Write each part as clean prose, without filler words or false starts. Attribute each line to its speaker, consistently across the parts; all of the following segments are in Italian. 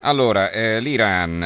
Speaker 1: Allora, l'Iran,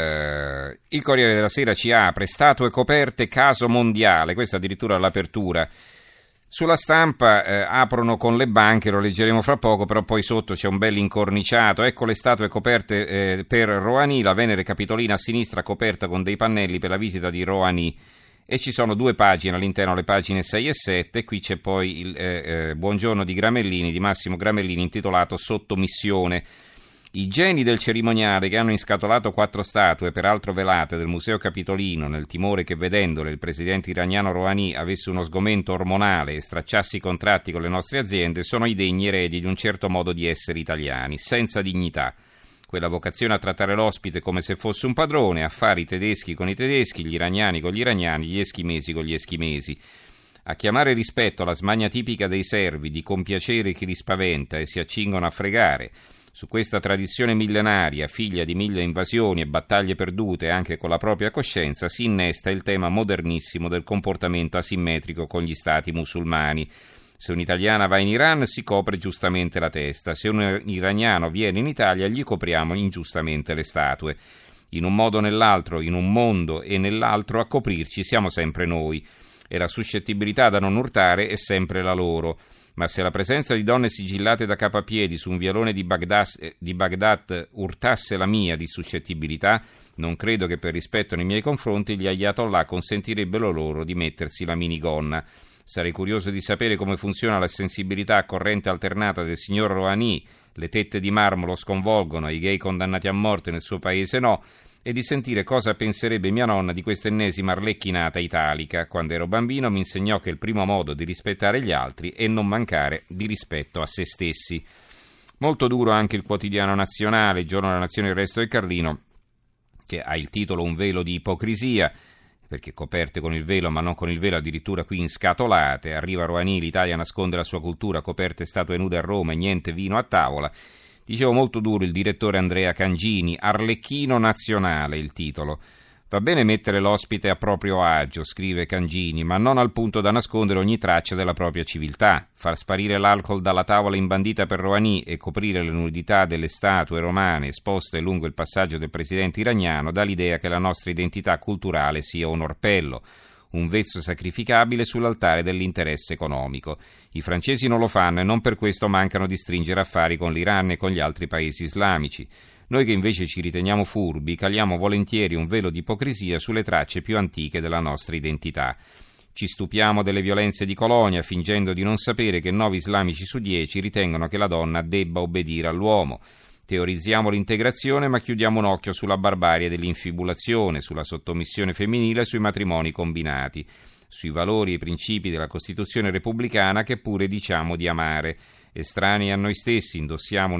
Speaker 1: il Corriere della Sera ci apre, statue coperte, caso mondiale, questa addirittura l'apertura. Sulla Stampa aprono con le banche, lo leggeremo fra poco, però poi sotto c'è un bel incorniciato. Ecco le statue coperte per Rouhani, la Venere Capitolina a sinistra coperta con dei pannelli per la visita di Rouhani. E ci sono due pagine all'interno, le pagine 6 e 7, qui c'è poi il buongiorno di Gramellini, di Massimo Gramellini, intitolato Sottomissione. I geni del cerimoniale che hanno inscatolato 4 statue, peraltro velate, del Museo Capitolino, nel timore che vedendole il presidente iraniano Rouhani avesse uno sgomento ormonale e stracciasse i contratti con le nostre aziende, sono i degni eredi di un certo modo di essere italiani, senza dignità. Quella vocazione a trattare l'ospite come se fosse un padrone, a fare i tedeschi con i tedeschi, gli iraniani con gli iraniani, gli eschimesi con gli eschimesi. A chiamare rispetto alla smania tipica dei servi di compiacere chi li spaventa e si accingono a fregare. Su questa tradizione millenaria, figlia di 1000 invasioni e battaglie perdute anche con la propria coscienza, si innesta il tema modernissimo del comportamento asimmetrico con gli stati musulmani. Se un'italiana va in Iran si copre giustamente la testa, se un iraniano viene in Italia gli copriamo ingiustamente le statue. In un modo o nell'altro, in un mondo e nell'altro, a coprirci siamo sempre noi, e la suscettibilità da non urtare è sempre la loro. Ma se la presenza di donne sigillate da capo a piedi su un vialone di Baghdad urtasse la mia di suscettibilità, non credo che per rispetto nei miei confronti gli ayatollah consentirebbero loro di mettersi la minigonna. Sarei curioso di sapere come funziona la sensibilità a corrente alternata del signor Rouhani, le tette di marmo lo sconvolgono, i gay condannati a morte nel suo paese no, e di sentire cosa penserebbe mia nonna di questa ennesima arlecchinata italica. Quando ero bambino mi insegnò che il primo modo di rispettare gli altri è non mancare di rispetto a se stessi. Molto duro anche il quotidiano nazionale, il Giorno della Nazione e il Resto del Carlino, che ha il titolo Un velo di ipocrisia, perché coperte con il velo ma non con il velo, addirittura qui inscatolate. Arriva Rouhani, l'Italia nasconde la sua cultura, coperte statue nude a Roma e niente vino a tavola. Dicevo, molto duro il direttore Andrea Cangini, Arlecchino nazionale il titolo. Va bene mettere l'ospite a proprio agio, scrive Cangini, ma non al punto da nascondere ogni traccia della propria civiltà. Far sparire l'alcol dalla tavola imbandita per Rouhani e coprire le nudità delle statue romane esposte lungo il passaggio del presidente iraniano dà l'idea che la nostra identità culturale sia un orpello, un vezzo sacrificabile sull'altare dell'interesse economico. I francesi non lo fanno e non per questo mancano di stringere affari con l'Iran e con gli altri paesi islamici. Noi che invece ci riteniamo furbi, caliamo volentieri un velo di ipocrisia sulle tracce più antiche della nostra identità. Ci stupiamo delle violenze di Colonia, fingendo di non sapere che 9 islamici su 10 ritengono che la donna debba obbedire all'uomo. Teorizziamo l'integrazione ma chiudiamo un occhio sulla barbarie dell'infibulazione, sulla sottomissione femminile e sui matrimoni combinati, sui valori e principi della Costituzione repubblicana che pure diciamo di amare. Estranei a noi stessi indossiamo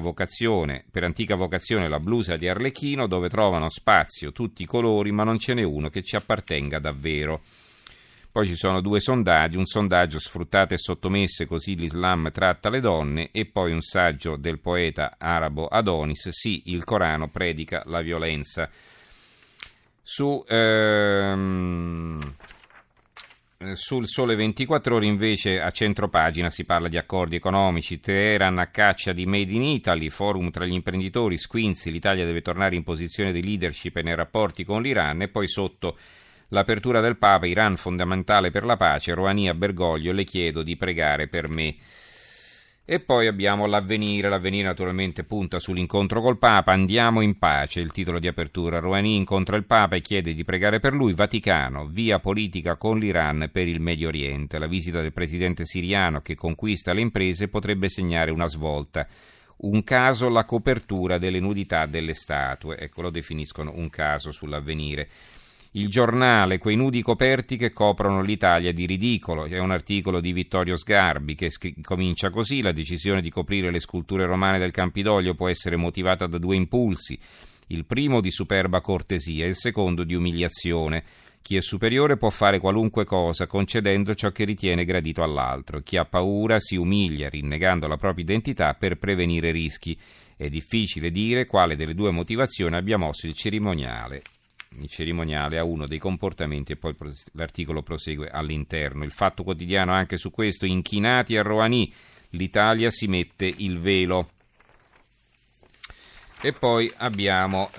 Speaker 1: per antica vocazione la blusa di Arlecchino, dove trovano spazio tutti i colori ma non ce n'è uno che ci appartenga davvero. Poi ci sono 2 sondaggi, un sondaggio sfruttate e sottomesse così l'Islam tratta le donne e poi un saggio del poeta arabo Adonis, sì, il Corano predica la violenza. Sul Sole 24 Ore invece a centropagina si parla di accordi economici, Teheran a caccia di Made in Italy, forum tra gli imprenditori, squinzi, l'Italia deve tornare in posizione di leadership nei rapporti con l'Iran e poi sotto l'apertura del Papa, Iran fondamentale per la pace, Rouhani a Bergoglio, le chiedo di pregare per me. E poi abbiamo l'Avvenire naturalmente punta sull'incontro col Papa, andiamo in pace, il titolo di apertura, Rouhani incontra il Papa e chiede di pregare per lui, Vaticano, via politica con l'Iran per il Medio Oriente, la visita del presidente siriano che conquista le imprese potrebbe segnare una svolta. Un caso la copertura delle nudità delle statue, ecco lo definiscono un caso sull'Avvenire. Il Giornale, quei nudi coperti che coprono l'Italia di ridicolo, è un articolo di Vittorio Sgarbi che comincia così: la decisione di coprire le sculture romane del Campidoglio può essere motivata da 2 impulsi, il primo di superba cortesia e il secondo di umiliazione. Chi è superiore può fare qualunque cosa concedendo ciò che ritiene gradito all'altro, chi ha paura si umilia rinnegando la propria identità per prevenire rischi. È difficile dire quale delle 2 motivazioni abbia mosso il cerimoniale a uno dei comportamenti, e poi l'articolo prosegue all'interno. Il Fatto Quotidiano anche su questo, inchinati a Rouhani, l'Italia si mette il velo. E poi abbiamo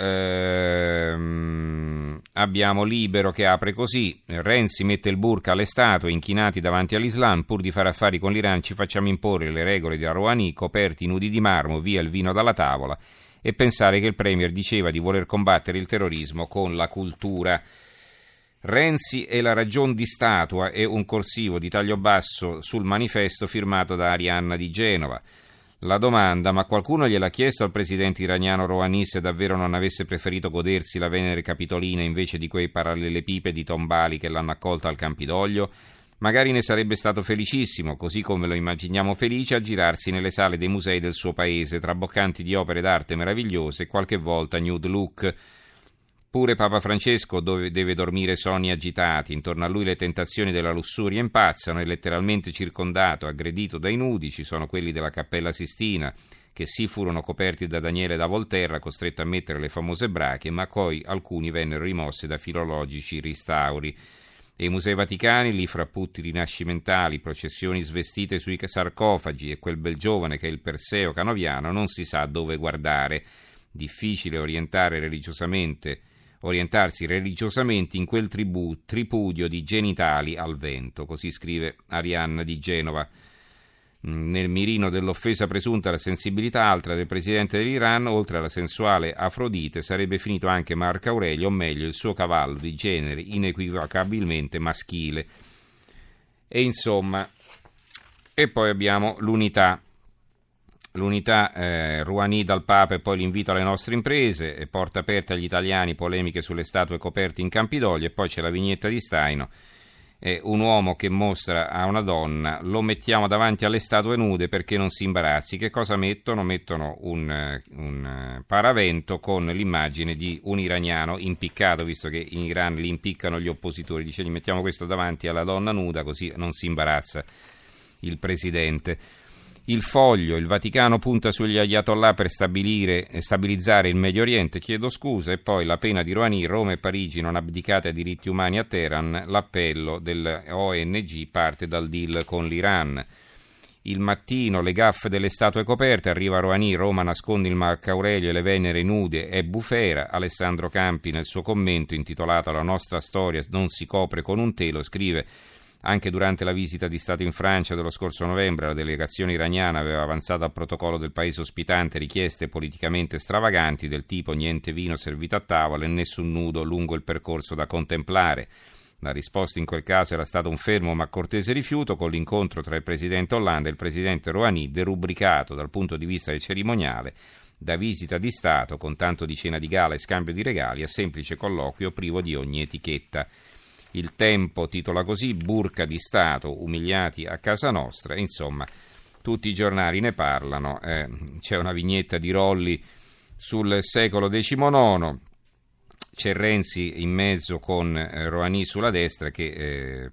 Speaker 1: Libero che apre così: Renzi mette il burqa alle statue inchinati davanti all'Islam, pur di fare affari con l'Iran ci facciamo imporre le regole di Rouhani, coperti nudi di marmo, via il vino dalla tavola, e pensare che il Premier diceva di voler combattere il terrorismo con la cultura. Renzi e la ragion di statua è un corsivo di taglio basso sul manifesto firmato da Arianna di Genova. La domanda: ma qualcuno gliel'ha chiesto al presidente iraniano Rouhani se davvero non avesse preferito godersi la Venere Capitolina invece di quei parallelepipedi tombali che l'hanno accolta al Campidoglio? Magari ne sarebbe stato felicissimo, così come lo immaginiamo felice a girarsi nelle sale dei musei del suo paese, traboccanti di opere d'arte meravigliose e qualche volta nude look. Pure Papa Francesco deve dormire sonni agitati, intorno a lui le tentazioni della lussuria impazzano, è letteralmente circondato, aggredito dai nudi, ci sono quelli della Cappella Sistina, che sì furono coperti da Daniele da Volterra, costretto a mettere le famose brache, ma poi alcuni vennero rimossi da filologici ristauri. E i musei vaticani, lì fra putti rinascimentali, processioni svestite sui sarcofagi e quel bel giovane che è il Perseo canoviano, non si sa dove guardare. Difficile orientarsi religiosamente in quel tripudio di genitali al vento, così scrive Arianna di Genova. Nel mirino dell'offesa presunta alla sensibilità altra del presidente dell'Iran, oltre alla sensuale Afrodite, sarebbe finito anche Marco Aurelio, o meglio il suo cavallo di genere inequivocabilmente maschile. E insomma, e poi abbiamo l'unità, Rouhani dal Papa e poi l'invito alle nostre imprese, e porta aperta agli italiani, polemiche sulle statue coperte in Campidoglio, e poi c'è la vignetta di Staino, un uomo che mostra a una donna: lo mettiamo davanti alle statue nude perché non si imbarazzi. Che cosa mettono? Mettono un paravento con l'immagine di un iraniano impiccato, visto che in Iran li impiccano gli oppositori, dice: gli mettiamo questo davanti alla donna nuda così non si imbarazza il presidente. Il Foglio: il Vaticano punta sugli ayatollah per stabilizzare il Medio Oriente, chiedo scusa. E poi la pena di Rouhani: Roma e Parigi non abdicate ai diritti umani a Teheran, l'appello dell'ONG parte dal deal con l'Iran. Il Mattino: le gaffe delle statue coperte, arriva Rouhani, Roma nasconde il Marco Aurelio e le Venere nude, è bufera. Alessandro Campi nel suo commento intitolato La nostra storia non si copre con un telo scrive: anche durante la visita di Stato in Francia dello scorso novembre, la delegazione iraniana aveva avanzato al protocollo del paese ospitante richieste politicamente stravaganti del tipo niente vino servito a tavola e nessun nudo lungo il percorso da contemplare. La risposta in quel caso era stata un fermo ma cortese rifiuto, con l'incontro tra il presidente Hollande e il presidente Rouhani derubricato dal punto di vista del cerimoniale da visita di Stato con tanto di cena di gala e scambio di regali a semplice colloquio privo di ogni etichetta. Il Tempo titola così: burqa di Stato, umiliati a casa nostra. Insomma, tutti i giornali ne parlano. C'è una vignetta di Rolli sul secolo XIX, c'è Renzi in mezzo con Rouhani sulla destra che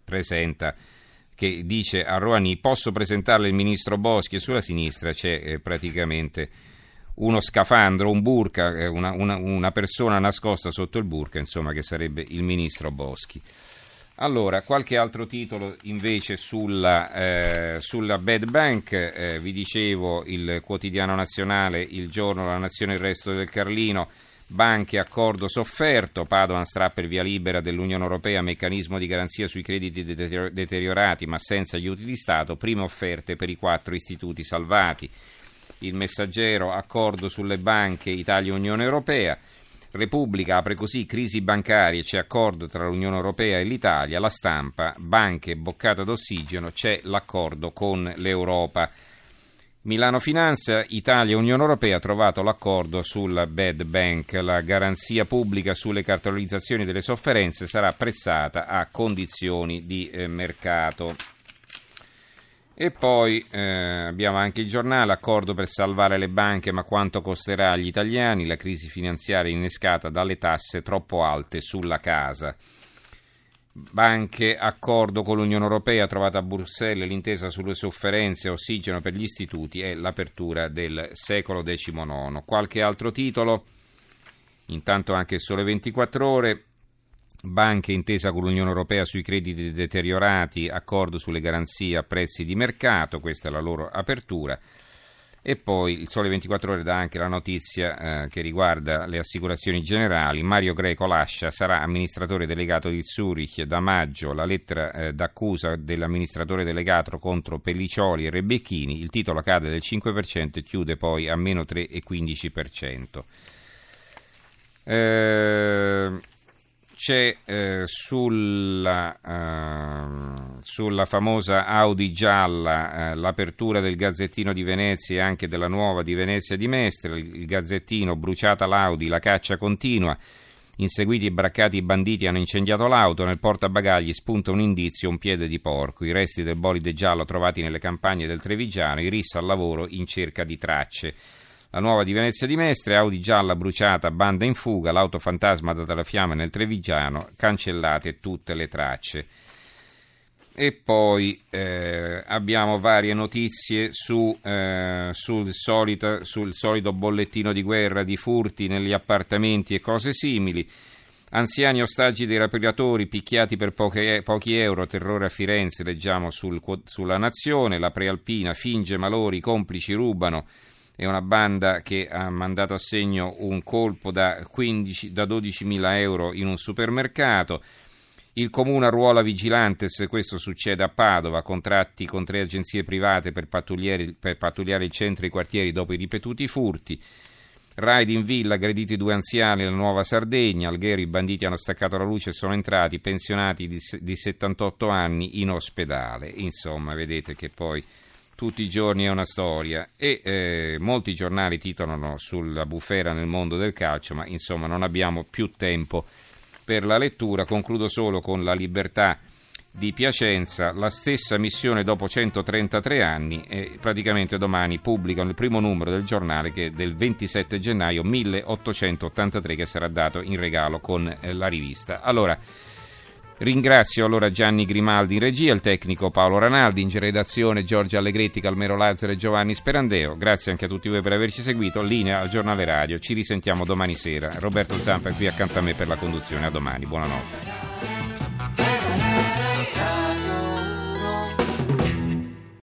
Speaker 1: dice a Rouhani: posso presentarle il ministro Boschi, e sulla sinistra c'è praticamente uno scafandro, un burqa, una persona nascosta sotto il burqa, insomma, che sarebbe il ministro Boschi. Allora, qualche altro titolo invece sulla Bad Bank, vi dicevo il Quotidiano Nazionale, Il Giorno, La Nazione, Il Resto del Carlino: banche, accordo sofferto, Padoan strappa il via libera dell'Unione Europea, meccanismo di garanzia sui crediti deteriorati ma senza aiuti di Stato, prime offerte per i 4 istituti salvati. Il Messaggero: accordo sulle banche, Italia e Unione Europea. Repubblica apre così: crisi bancarie, c'è accordo tra l'Unione Europea e l'Italia. La Stampa: banche, boccata d'ossigeno, c'è l'accordo con l'Europa. Milano Finanza: Italia e Unione Europea, trovato l'accordo sulla Bad Bank, la garanzia pubblica sulle cartolarizzazioni delle sofferenze sarà prezzata a condizioni di mercato. E poi abbiamo anche il Giornale: accordo per salvare le banche, ma quanto costerà agli italiani? La crisi finanziaria innescata dalle tasse troppo alte sulla casa. Banche, accordo con l'Unione Europea, trovata a Bruxelles l'intesa sulle sofferenze, ossigeno per gli istituti e l'apertura del secolo XIX. Qualche altro titolo? Intanto anche il Sole 24 Ore. Banche, intesa con l'Unione Europea sui crediti deteriorati, accordo sulle garanzie a prezzi di mercato, questa è la loro apertura. E poi il Sole 24 Ore dà anche la notizia che riguarda le assicurazioni generali. Mario Greco lascia, sarà amministratore delegato di Zurich da maggio, la lettera d'accusa dell'amministratore delegato contro Pellicioli e Rebecchini, il titolo cade del 5% e chiude poi a meno 3,15%. C'è sulla famosa Audi gialla l'apertura del Gazzettino di Venezia e anche della nuova di Venezia di Mestre. Il Gazzettino: bruciata l'Audi, la caccia continua, inseguiti e braccati i banditi hanno incendiato l'auto, nel portabagagli spunta un indizio, un piede di porco, i resti del bolide giallo trovati nelle campagne del Trevigiano, i RIS al lavoro in cerca di tracce. La nuova di Venezia di Mestre: Audi gialla bruciata, banda in fuga, l'auto fantasma data la fiamma nel Trevigiano, cancellate tutte le tracce. E poi abbiamo varie notizie sul solito bollettino di guerra di furti negli appartamenti e cose simili. Anziani ostaggi dei rapidatori picchiati per pochi euro, terrore a Firenze, leggiamo sulla Nazione. La Prealpina finge malori, i complici rubano. È una banda che ha mandato a segno un colpo da 12.000 euro in un supermercato. Il comune arruola vigilantes, questo succede a Padova, contratti con 3 agenzie private per pattugliare il centro e i quartieri dopo i ripetuti furti. Raid in villa, aggrediti 2 anziani nella Nuova Sardegna. Alghero, i banditi hanno staccato la luce e sono entrati, pensionati di 78 anni in ospedale. Insomma, vedete che poi tutti i giorni è una storia e molti giornali titolano sulla bufera nel mondo del calcio, ma insomma non abbiamo più tempo per la lettura. Concludo solo con La Libertà di Piacenza, la stessa missione dopo 133 anni, e praticamente domani pubblicano il primo numero del giornale, che è del 27 gennaio 1883, che sarà dato in regalo con la rivista. Ringrazio Gianni Grimaldi in regia, il tecnico Paolo Ranaldi, in redazione Giorgio Allegretti, Calmero Lazzaro e Giovanni Sperandeo. Grazie anche a tutti voi per averci seguito. Linea al giornale radio, ci risentiamo domani sera. Roberto Zampa è qui accanto a me per la conduzione. A domani, buonanotte.